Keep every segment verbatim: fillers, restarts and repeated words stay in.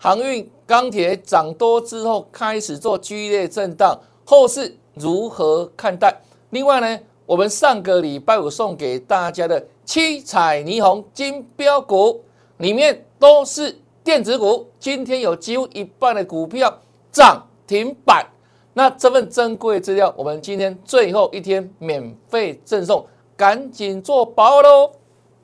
航运、钢铁涨多之后开始做剧烈震荡，后市如何看待？另外呢，我们上个礼拜五送给大家的七彩霓虹金标股里面都是电子股，今天有几乎一半的股票涨停板。那这份珍贵资料，我们今天最后一天免费赠送，赶紧做把握喽！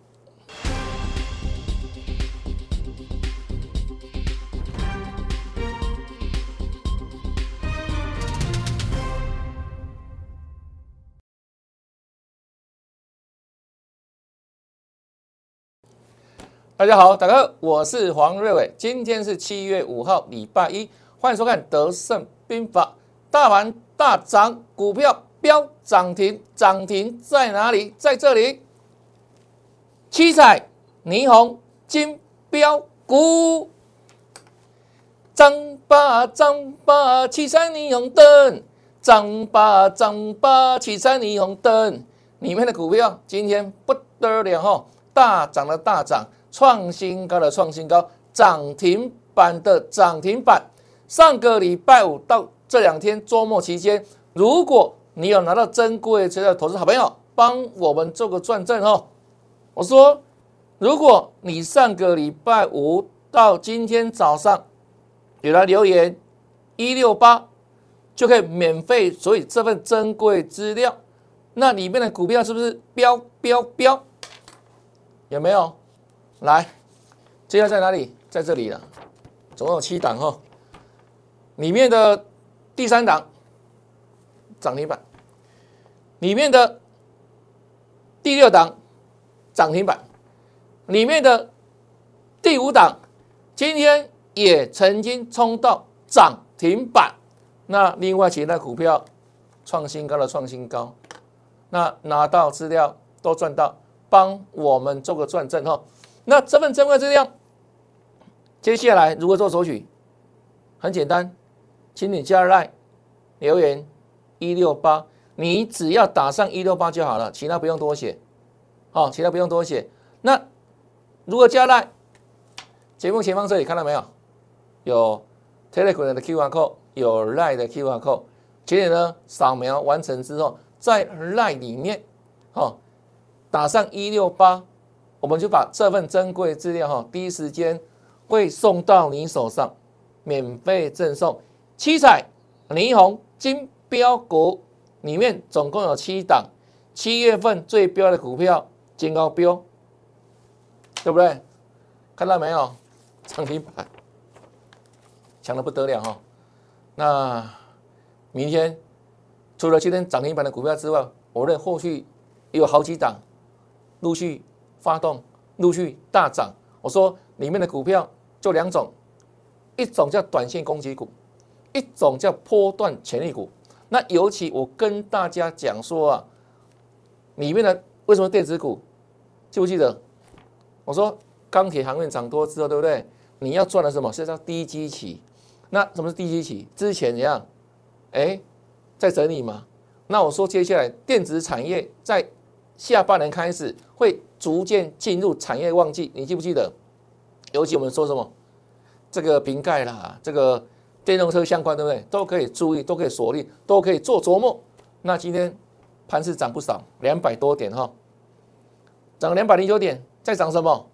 大家好，大家好，我是黄瑞伟，今天是七月五号，礼拜一，欢迎收看德胜兵法。大盘大涨，股票飙涨停，涨停在哪里？在这里，七彩霓虹金标股，涨吧涨吧，七彩霓虹灯，涨吧涨吧，七彩霓虹灯，里面的股票今天不得了哈，大涨的大涨，创新高的创新高，涨停板的涨停板。上个礼拜五到这两天周末期间，如果你有拿到珍贵资料的投资好朋友，帮我们做个转正哦。我说，如果你上个礼拜五到今天早上有来留言一六八，就可以免费索取这份珍贵资料。那里面的股票是不是飙飙飙？有没有？来，接下来在哪里？在这里了，总共有七档哈。里面的第三档涨停板，里面的第六档涨停板，里面的第五档今天也曾经冲到涨停板。那另外其他股票创新高的创新高，那拿到资料都赚到，帮我们做个转正哈。那这份珍贵资料，接下来如何做索取？很简单。请你加 LINE 留言一六八，你只要打上一六八就好了，其他不用多写，好，其他不用多写。那如何加 LINE？ 节目前方这里看到没有？有 Telegram 的 Q R code， 有 LINE 的 Q R code， 请你呢扫描完成之后，在 LINE 里面，哦，打上一六八，我们就把这份珍贵资料哈，第一时间会送到你手上，免费赠送。七彩霓虹金标股里面总共有七档，七月份最标的股票金高标，对不对？看到没有？涨停板强得不得了哈。那明天除了今天涨停板的股票之外，我认为后续也有好几档陆续发动，陆续大涨。我说里面的股票就两种，一种叫短线攻击股。一种叫波段潜力股，那尤其我跟大家讲说啊，里面的为什么电子股，记不记得？我说钢铁航运涨多之后，对不对？你要赚的什么？是叫低基期。那什么是低基期？之前怎样？哎，在整理嘛。那我说接下来电子产业在下半年开始会逐渐进入产业旺季，你记不记得？尤其我们说什么？这个瓶盖啦，这个。电动车相关，对不对？都可以注意，都可以锁定，都可以做琢磨。那今天盘势涨不少，两百多点哈，涨两百零九点，再涨什么？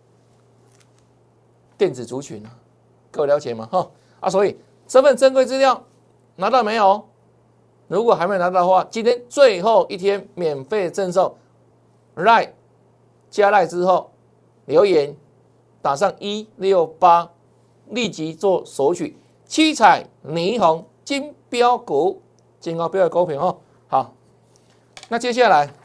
电子族群啊，各位了解吗？哈啊，所以这份珍贵资料拿到没有？如果还没有拿到的话，今天最后一天免费赠送 ，LINE 加 LINE 之后留言打上一六八，立即做索取。七彩霓虹金标股，金高标的股票哦。好，那接下来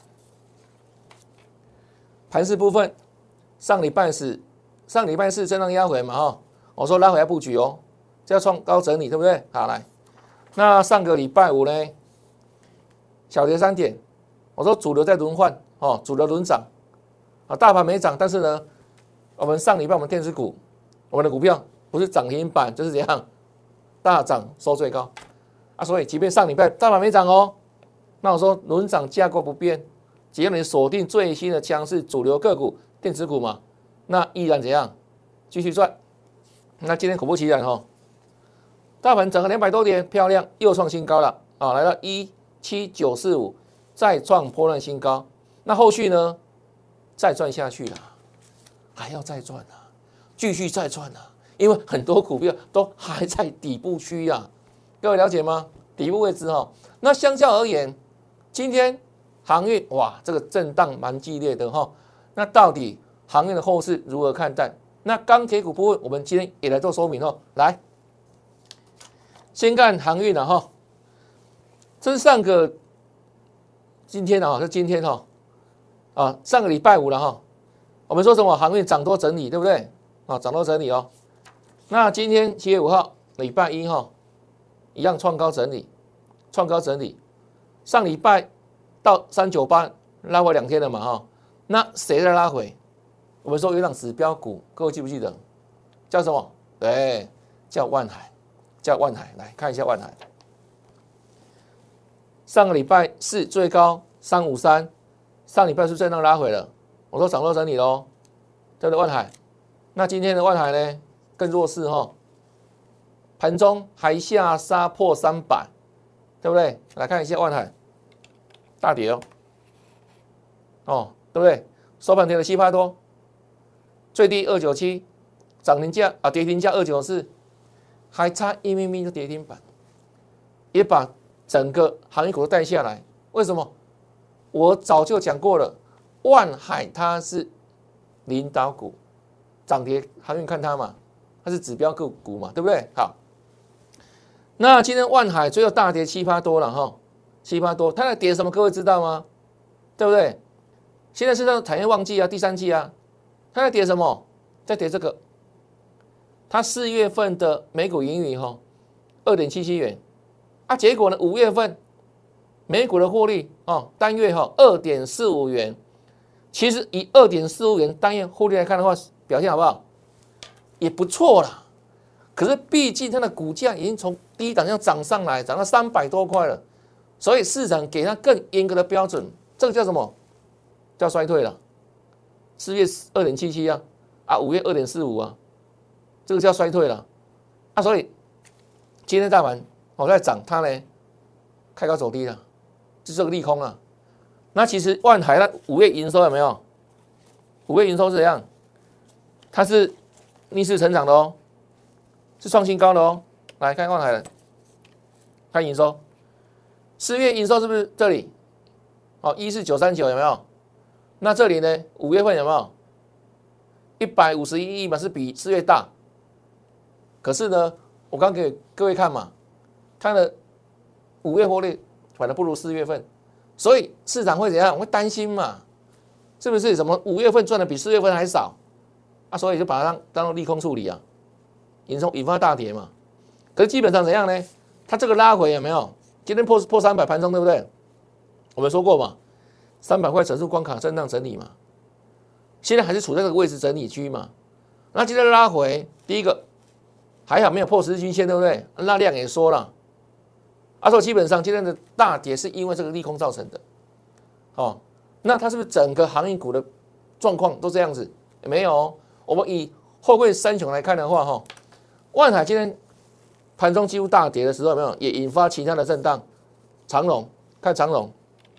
盘势部分，上礼拜是上礼拜四震荡压回嘛哈，我说拉回来布局哦，这要创高整理，对不对？好来，那上个礼拜五呢，小跌三点，我说主流在轮换哦，主流轮涨啊，大盘没涨，但是呢，我们上礼拜我们电子股，我们的股票不是涨停板就是怎样？大涨收最高啊，所以即便上礼拜大盘没涨哦，那我说轮涨架构不变，只要你锁定最新的强势主流个股电子股嘛，那依然怎样继续赚？ 那今天果不其然哈，大盘涨了两百多点，漂亮，又创新高了啊，来到一七九四五，再创波段新高。那后续呢，再赚下去了，还要再赚啊，继续再赚啊，因为很多股票都还在底部区啊，各位了解吗？底部位置哈，那相较而言，今天航运哇，这个震荡蛮激烈的哈，那到底航运的后市如何看待？那钢铁股部分，我们今天也来做说明哦。来，先看航运了哈，这是上个今天啊，是今天哈啊，上个礼拜五了哈。我们说什么航运涨多整理，对不对？啊，涨多整理哦。那今天七月五号，礼拜一哈，一样创高整理，创高整理。上礼拜到三九八拉回两天了嘛哈，那谁在拉回？我们说有一档指标股，各位记不记得？叫什么？对，叫万海，叫万海。来看一下万海。上个礼拜四最高三五三，上礼拜是震荡拉回了。我说涨多整理喽，对不对？万海。那今天的万海呢，更弱势哈，盘中还下杀破三百，对不对？来看一下万海，大跌哦，哦，对不对？收盘跌了七趴多。最低二九七，涨停价啊，跌停价二九四，还差一咪咪就跌停板，也把整个航运股都带下来。为什么？我早就讲过了，万海它是领导股，涨跌航运看它嘛，它是指标个股嘛，对不对？好，那今天万海最后大跌七趴多了哈，七趴多，它在跌什么？各位知道吗？对不对？现在是在产业旺季啊，第三季啊。它在跌什么？在跌这个，它四月份的每股盈余哈，二点七七元，啊，结果呢，五月份每股的获利哦，单月哈二点四五元，其实以二点四五元单月获利来看的话，表现好不好？也不错啦。可是毕竟它的股价已经从低档要涨上来，涨到三百多块了，所以市场给它更严格的标准，这个叫什么？叫衰退了。四月二点七七啊，啊五月二点四五啊，这个叫衰退了啊，所以今天大盘哦在涨，它呢开高走低了，就这个利空啊。那其实万海它五月营收有没有？五月营收是怎样？它是逆势成长的哦，是创新高的哦。来看万海的，看营收，四月营收是不是这里？哦，一四九三九有没有？那这里呢？五月份有没有一百五十一亿嘛？是比四月大。可是呢，我刚给各位看嘛，它的五月获利反而不如四月份，所以市场会怎样？会担心嘛？是不是？怎么五月份赚的比四月份还少啊？所以就把它当当做利空处理啊，引发引发大跌嘛。可是基本上怎样呢？它这个拉回有没有？今天破破三百盘中对不对？我们说过嘛。三百块整数关卡震荡整理嘛，现在还是处在这个位置整理区嘛。那今天拉回，第一个还好没有破十日均线，对不对？那量也缩了，啊，所以基本上今天的大跌是因为这个利空造成的。哦，那它是不是整个航运股的状况都这样子？没有、哦，我们以货柜三雄来看的话，哈、哦，万海今天盘中几乎大跌的时候，有没有也引发其他的震荡？长荣，看长荣。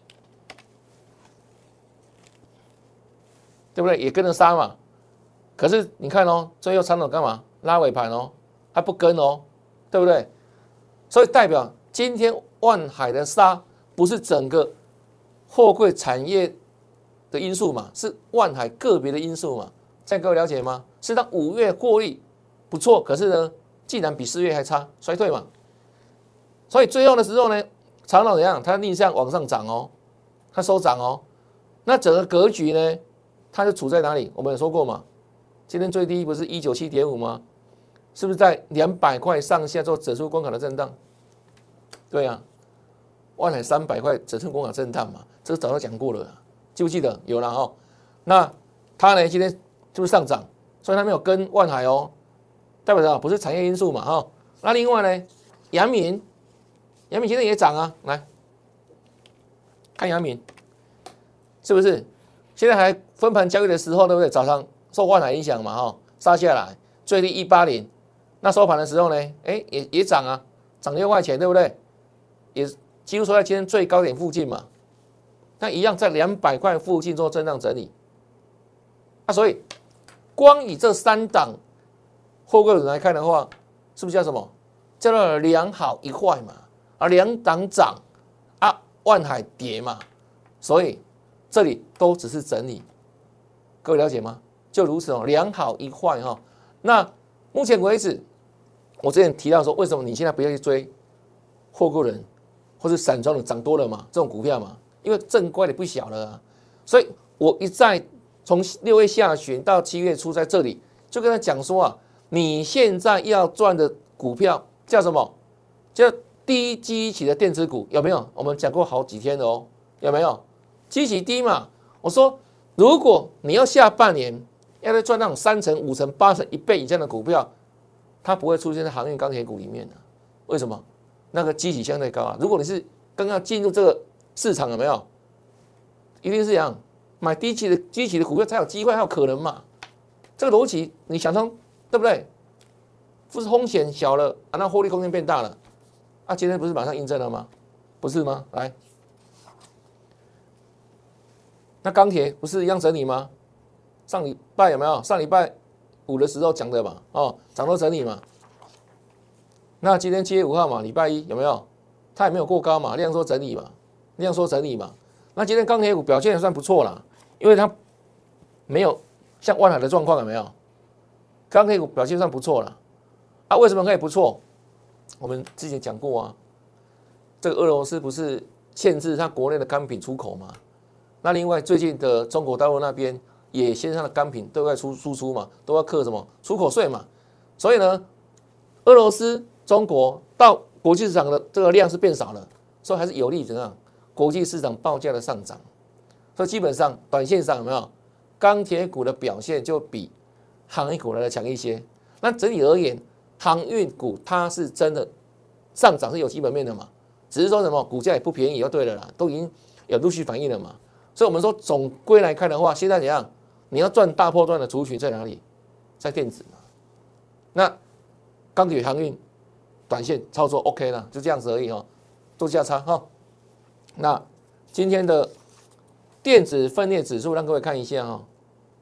对不对？也跟着杀嘛。可是你看哦，最后长荣干嘛？拉尾盘哦，还不跟哦，对不对？所以代表今天万海的杀不是整个货柜产业的因素嘛，是万海个别的因素嘛。这样各位了解吗？是它五月获利不错，可是呢，竟然比四月还差，衰退嘛。所以最后的时候呢，长荣怎样？它逆向往上涨哦，它收涨哦。那整个格局呢？它就处在哪里？我们有说过嘛，今天最低不是一九七点五吗？是不是在两百块上下做整数关卡的震荡？对啊，万海三百块整数关卡震荡嘛，这个早就讲过了，记不记得？有了哦。那它呢，今天是不是上涨？所以它没有跟万海哦，代表什么？不是产业因素嘛，哈、哦。那另外呢，阳明，阳明今天也涨啊，来看阳明，是不是？现在还分盘交易的时候，对不对？早上受万海影响嘛，哈，杀下来，最低一八零， 那收盘的时候呢，哎，也也涨啊，涨六块钱，对不对？也几乎说在今天最高点附近嘛。那一样在两百块附近做震荡整理。那所以光以这三档货柜轮来看的话，是不是叫什么？叫做两好一坏嘛。啊，两档涨啊，万海跌嘛。所以这里都只是整理，各位了解吗？就如此哦，两好一坏哈。那目前为止，我之前提到说，为什么你现在不要去追货柜轮或是散装的涨多了嘛，这种股票嘛，因为正乖的不小了啊。所以我一再从六月下旬到七月初，在这里就跟他讲说啊，你现在要赚的股票叫什么？叫低基期的电子股，有没有？我们讲过好几天了哦，有没有？基期低嘛，我说如果你要下半年要来赚那种三成、五成、八成、一倍以上的股票，它不会出现在航运钢铁股里面的。为什么？那个基期相对高啊。如果你是刚刚进入这个市场，有没有？一定是这样，买低期的基期的股票才有机会，才有可能嘛。这个逻辑你想通，对不对？不是风险小了啊，那获利空间变大了啊。今天不是马上印证了吗？不是吗？来。那钢铁不是一样整理吗？上礼拜有没有？上礼拜五的时候讲的嘛，哦，涨多整理嘛。那今天七月五号嘛，礼拜一有没有？它也没有过高嘛，量缩整理嘛，量缩整理嘛。那今天钢铁股表现也算不错啦，因为它没有像万海的状况，有没有？钢铁股表现算不错啦。啊，为什么可以不错？我们之前讲过啊，这个俄罗斯不是限制它国内的钢品出口吗？那另外最近的中国大陆那边也线上的钢品都在出输出嘛，都要课什么出口税嘛，所以呢，俄罗斯、中国到国际市场的这个量是变少了，所以还是有利怎样国际市场报价的上涨，所以基本上短线上有没有钢铁股的表现就比航运股来的强一些。那整体而言，航运股它是真的上涨是有基本面的嘛，只是说什么股价也不便宜就对了啦，都已经有陆续反应了嘛。所以我们说总归来看的话，现在怎样？你要赚大波段的族群在哪里？在电子嘛。那钢铁航运短线操作 OK 了，就这样子而已哦，做价差哈。那今天的电子分类指数让各位看一下哈，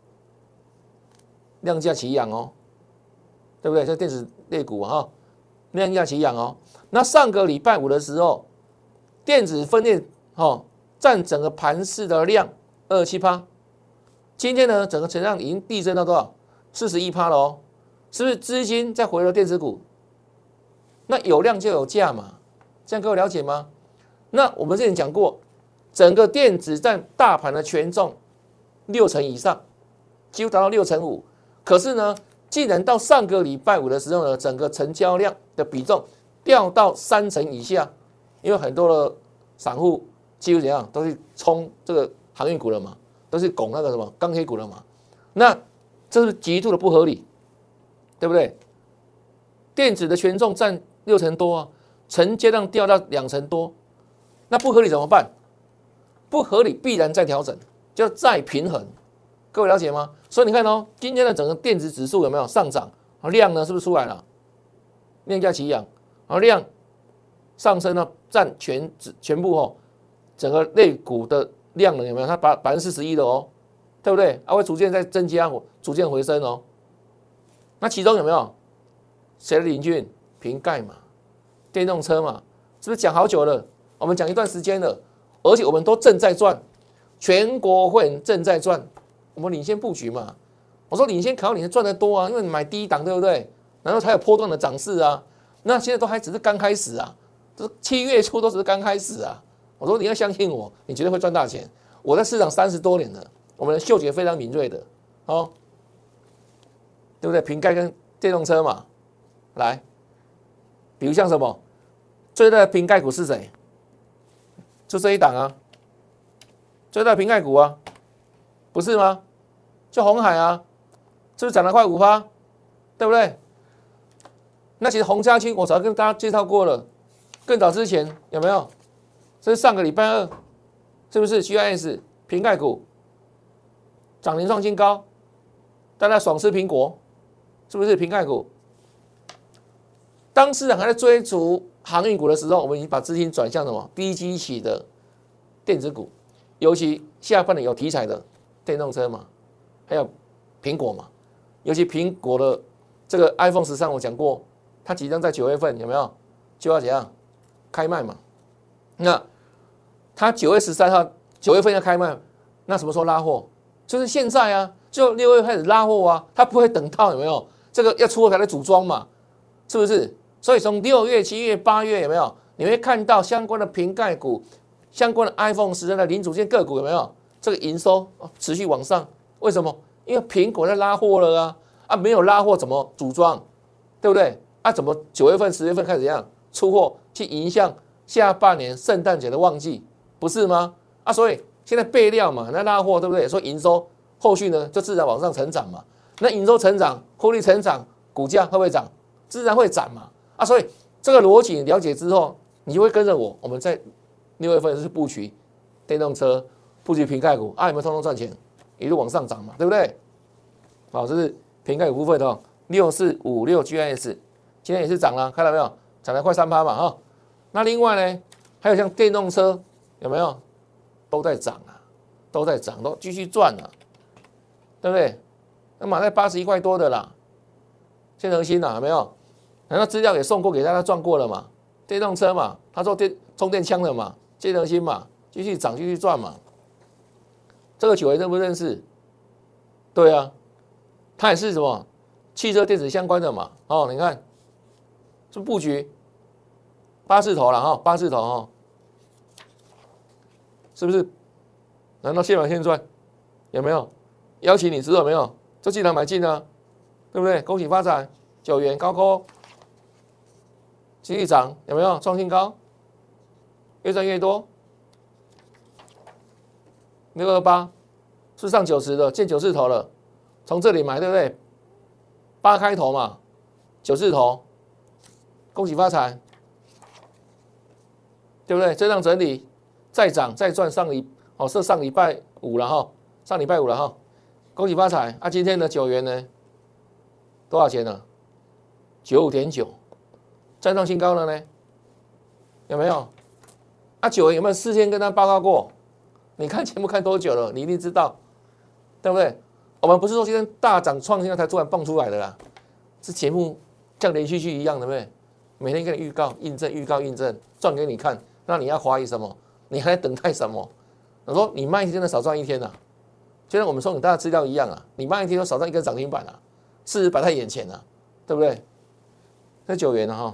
量价齐扬哦，对不对？这电子类股哈，量价齐扬哦。那上个礼拜五的时候，电子分类哦。占整个盘市的量二十七趴，今天呢，整个成交量已经递增到多少？四十一趴了哦，是不是资金在回流电子股？那有量就有价嘛，这样各位了解吗？那我们之前讲过，整个电子占大盘的权重六成以上，几乎达到六成五。可是呢，既然到上个礼拜五的时候呢，整个成交量的比重掉到三成以下，因为很多的散户。几乎怎样都是冲这个航运股了嘛，都是拱那个什么钢铁股了嘛，那这是极度的不合理，对不对？电子的权重占六成多啊，成交量掉到两成多，那不合理怎么办？不合理必然再调整，就再平衡，各位了解吗？所以你看哦，今天的整个电子指数有没有上涨？量呢是不是出来了？量价齐扬，而量上升呢，占全全部哦。整个类股的量能有没有？它百百分之四十一了哦，对不对？它会逐渐在增加，逐渐回升哦。那其中有没有谁的领军？瓶盖嘛，电动车嘛，是不是讲好久了？我们讲一段时间了，而且我们都正在赚，全国会员正在赚，我们领先布局嘛。我说领先考你是赚得多啊，因为你买低档，对不对？然后才有波段的涨势啊。那现在都还只是刚开始啊，这七月初都只是刚开始啊。我说你要相信我，你绝对会赚大钱。我在市场三十多年了，我们的嗅觉非常敏锐的，哦，对不对？瓶盖跟电动车嘛，来，比如像什么最大的瓶盖股是谁？就这一档啊，最大的瓶盖股啊，不是吗？就鸿海啊，是不是涨了快五趴？对不对？那其实鸿家军我早跟大家介绍过了，更早之前有没有？这是上个礼拜二，是不是 G I S 瓶盖股涨停创新高？大家爽吃苹果，是不是瓶盖股？ 当市场还在追逐航运股的时候，我们已经把资金转向什么低基期的电子股，尤其下半年有题材的电动车嘛，还有苹果嘛，尤其苹果的这个 iPhone 十三，我讲过，它即将在九月份有没有就要怎样开卖嘛？那它九月十三号九月份要开卖，那什么时候拉货？就是现在啊，就六月开始拉货啊，它不会等到有没有这个要出货才来组装嘛，是不是？所以从六月、七月、八月有没有？你会看到相关的瓶盖股、相关的 iPhone 十三的零组件个股有没有？这个营收持续往上，为什么？因为苹果在拉货了啊，啊没有拉货怎么组装，对不对？啊怎么九月份、十月份开始怎样出货，去影响下半年圣诞节的旺季，不是吗？啊所以现在备料嘛，那拉货对不对？所以营收后续呢就自然往上成长嘛。那营收成长、获利成长，股价会不会涨？自然会涨嘛。啊，所以这个逻辑你了解之后，你就会跟着我，我们在六月份是布局电动车、布局瓶盖股，啊有没有通通赚钱？一路往上涨嘛，对不对？好，这是瓶盖股部分的哦，六四五六 G I S 今天也是涨了，看到没有？涨了快三趴嘛哈。那另外呢，还有像电动车有没有？都在涨啊，都在涨，都继续赚啊，对不对？那买在八十一块多的啦，建和兴啦，有没有？然后资料也送过给大家，赚过了嘛？电动车嘛，他做电充电枪的嘛，建和兴嘛，继续涨，继续赚嘛。这个九元认不认识？对啊，它也是什么汽车电子相关的嘛？哦，你看是布局八字头了哈，八字头哈。是不是？难道现买现赚？有没有？邀请你知道没有？就进来买进啊，对不对？恭喜发财，九元高空，继续涨，有没有？创新高，越赚越多。六二八是上九十的，见九字头了，从这里买，对不对？八开头嘛，九字头，恭喜发财，对不对？震荡整理。再涨再赚，上礼哦是上礼拜五了哈，上礼拜五了哈，恭喜发财啊！今天的九元呢，多少钱呢？九五点九，站上新高了呢，有没有？啊，九元有没有事先跟他报告过？你看节目看多久了？你一定知道，对不对？我们不是说今天大涨创新才突然蹦出来的啦，是节目像连续剧一样，对不对？每天给你预告、印证、预告、印证，赚给你看，那你要怀疑什么？你还在等待什么？我说你慢一天真的少赚一天啊，就像我们送给大家资料一样啊，你慢一天就少赚一根涨停板啊，事实摆在眼前啊，对不对？这九元啊哈，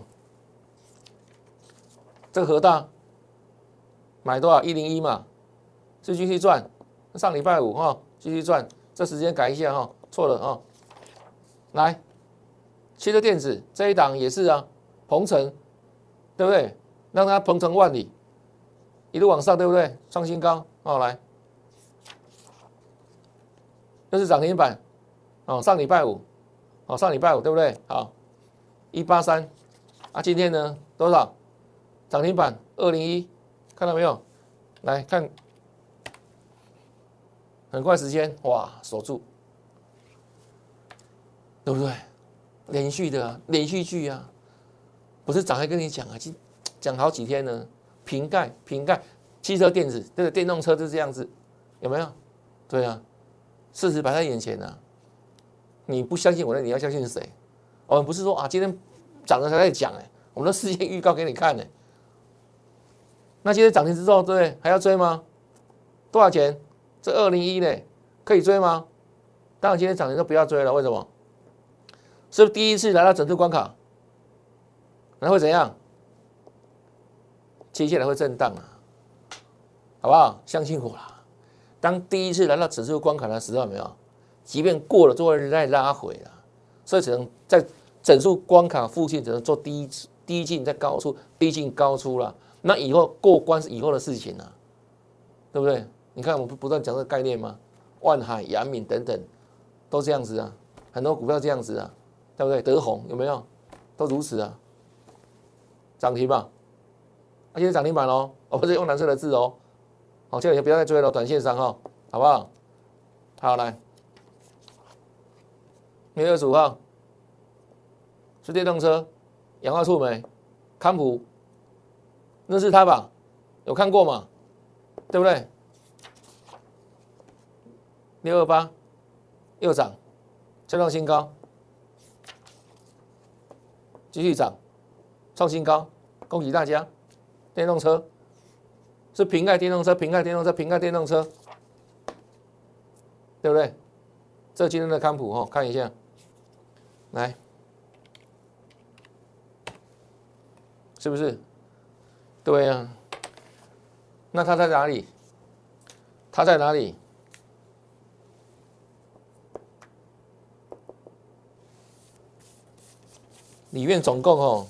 这个和大买多少？一零一嘛，是继续赚。上礼拜五哈，继续赚，这时间改一下哈，错了啊。来，汽车电子这一档也是啊，鹏程，对不对？让它鹏程万里。一路往上，对不对？创新高，哦，来，这是涨停板，哦，上礼拜五，哦，上礼拜五，对不对？好，一八三，啊，今天呢多少？涨停板二零一，看到没有？来看，很快时间，哇，守住，对不对？连续的、啊，连续剧啊，不是早还跟你讲啊，讲好几天呢。瓶盖、瓶盖，汽车电子，这个电动车就是这样子，有没有？对啊，事实摆在眼前啊。你不相信我的，你要相信谁？我们不是说啊，今天涨了才在讲哎，我们都事先预告给你看呢。那今天涨停之后，对不对？还要追吗？多少钱？这二零一呢，可以追吗？当然，今天涨停就不要追了。为什么？是不是第一次来到整数关卡？那会怎样？接下来会震荡啊，好不好？相信我啦。当第一次来到指数关卡的时候，有没有？即便过了，就会再拉回了，所以只能在整数关卡附近，只能做低低进再高出，低进高出了。那以后过关是以后的事情啊，对不对？你看我们不断讲这个概念吗？万海、阳明等等都这样子啊，很多股票这样子啊，对不对？德宏有没有？都如此啊，涨停吧。而且涨停板哦，我不是用蓝色的字哦，好，叫你不要再追了，短线上哈，好不好？好，来，六月二十五号是电动车， 氧化触媒、康普，那是它吧？有看过吗？对不对？六二八又涨，再创新高，继续涨，创新高，恭喜大家！电动车是瓶盖电动车，瓶盖电动车，瓶盖电动车，对不对？这今天的康普哦，看一下，来，是不是？对呀、啊。那它在哪里？它在哪里？里面总共哦，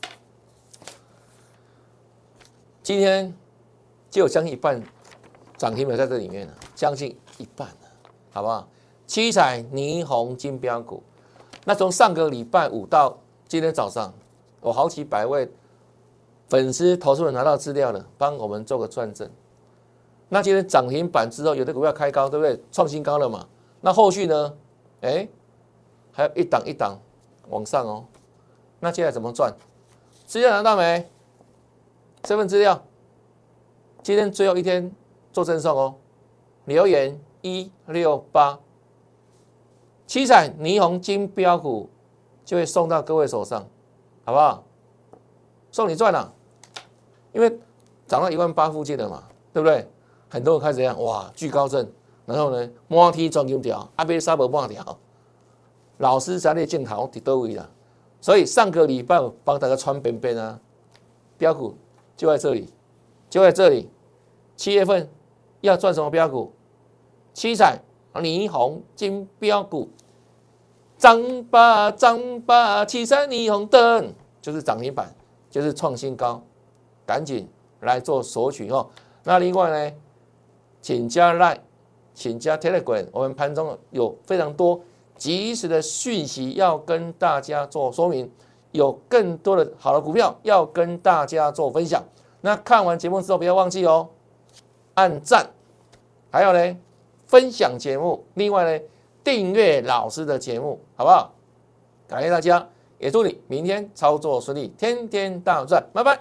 今天就有将近一半涨停板在这里面了，将近一半了，好不好？七彩、霓虹、金标股，那从上个礼拜五到今天早上，有好几百位粉丝、投资人拿到资料了，帮我们做个转正。那今天涨停板之后，有的股票开高，对不对？创新高了嘛？那后续呢？哎，还有一档一档往上哦。那接下来怎么赚？资料拿到没？身份资料，今天最后一天做赠送哦。留言一六八，七彩霓虹金标股就会送到各位手上，好不好？送你赚了，因为涨到一万八附近了嘛，对不对？很多人开始这样，哇，巨高震，然后呢，满天钻金条，阿贝沙无半条，老师在那镜头伫倒位啦。所以上个礼拜我帮大家穿边边啊，标股就在这里，就在这里。七月份要赚什么标股？七彩、霓虹、金标股，涨吧涨吧，七彩霓虹灯，就是涨停板，就是创新高，赶紧来做索取哦。那另外呢，请加 Line， 请加 Telegram， 我们盘中有非常多及时的讯息要跟大家做说明，有更多的好的股票要跟大家做分享。那看完节目之后，不要忘记哦，按赞，还有呢，分享节目，另外呢，订阅老师的节目，好不好？感谢大家，也祝你明天操作顺利，天天大赚，拜拜。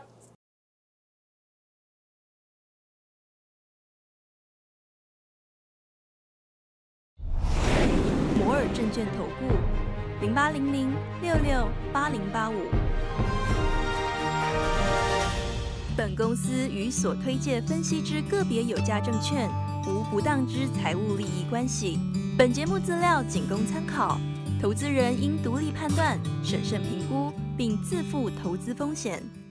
摩尔证券投顾零八零零六六八零八五。本公司与所推介分析之个别有价证券无不当之财务利益关系。本节目资料仅供参考，投资人应独立判断、审慎评估，并自负投资风险。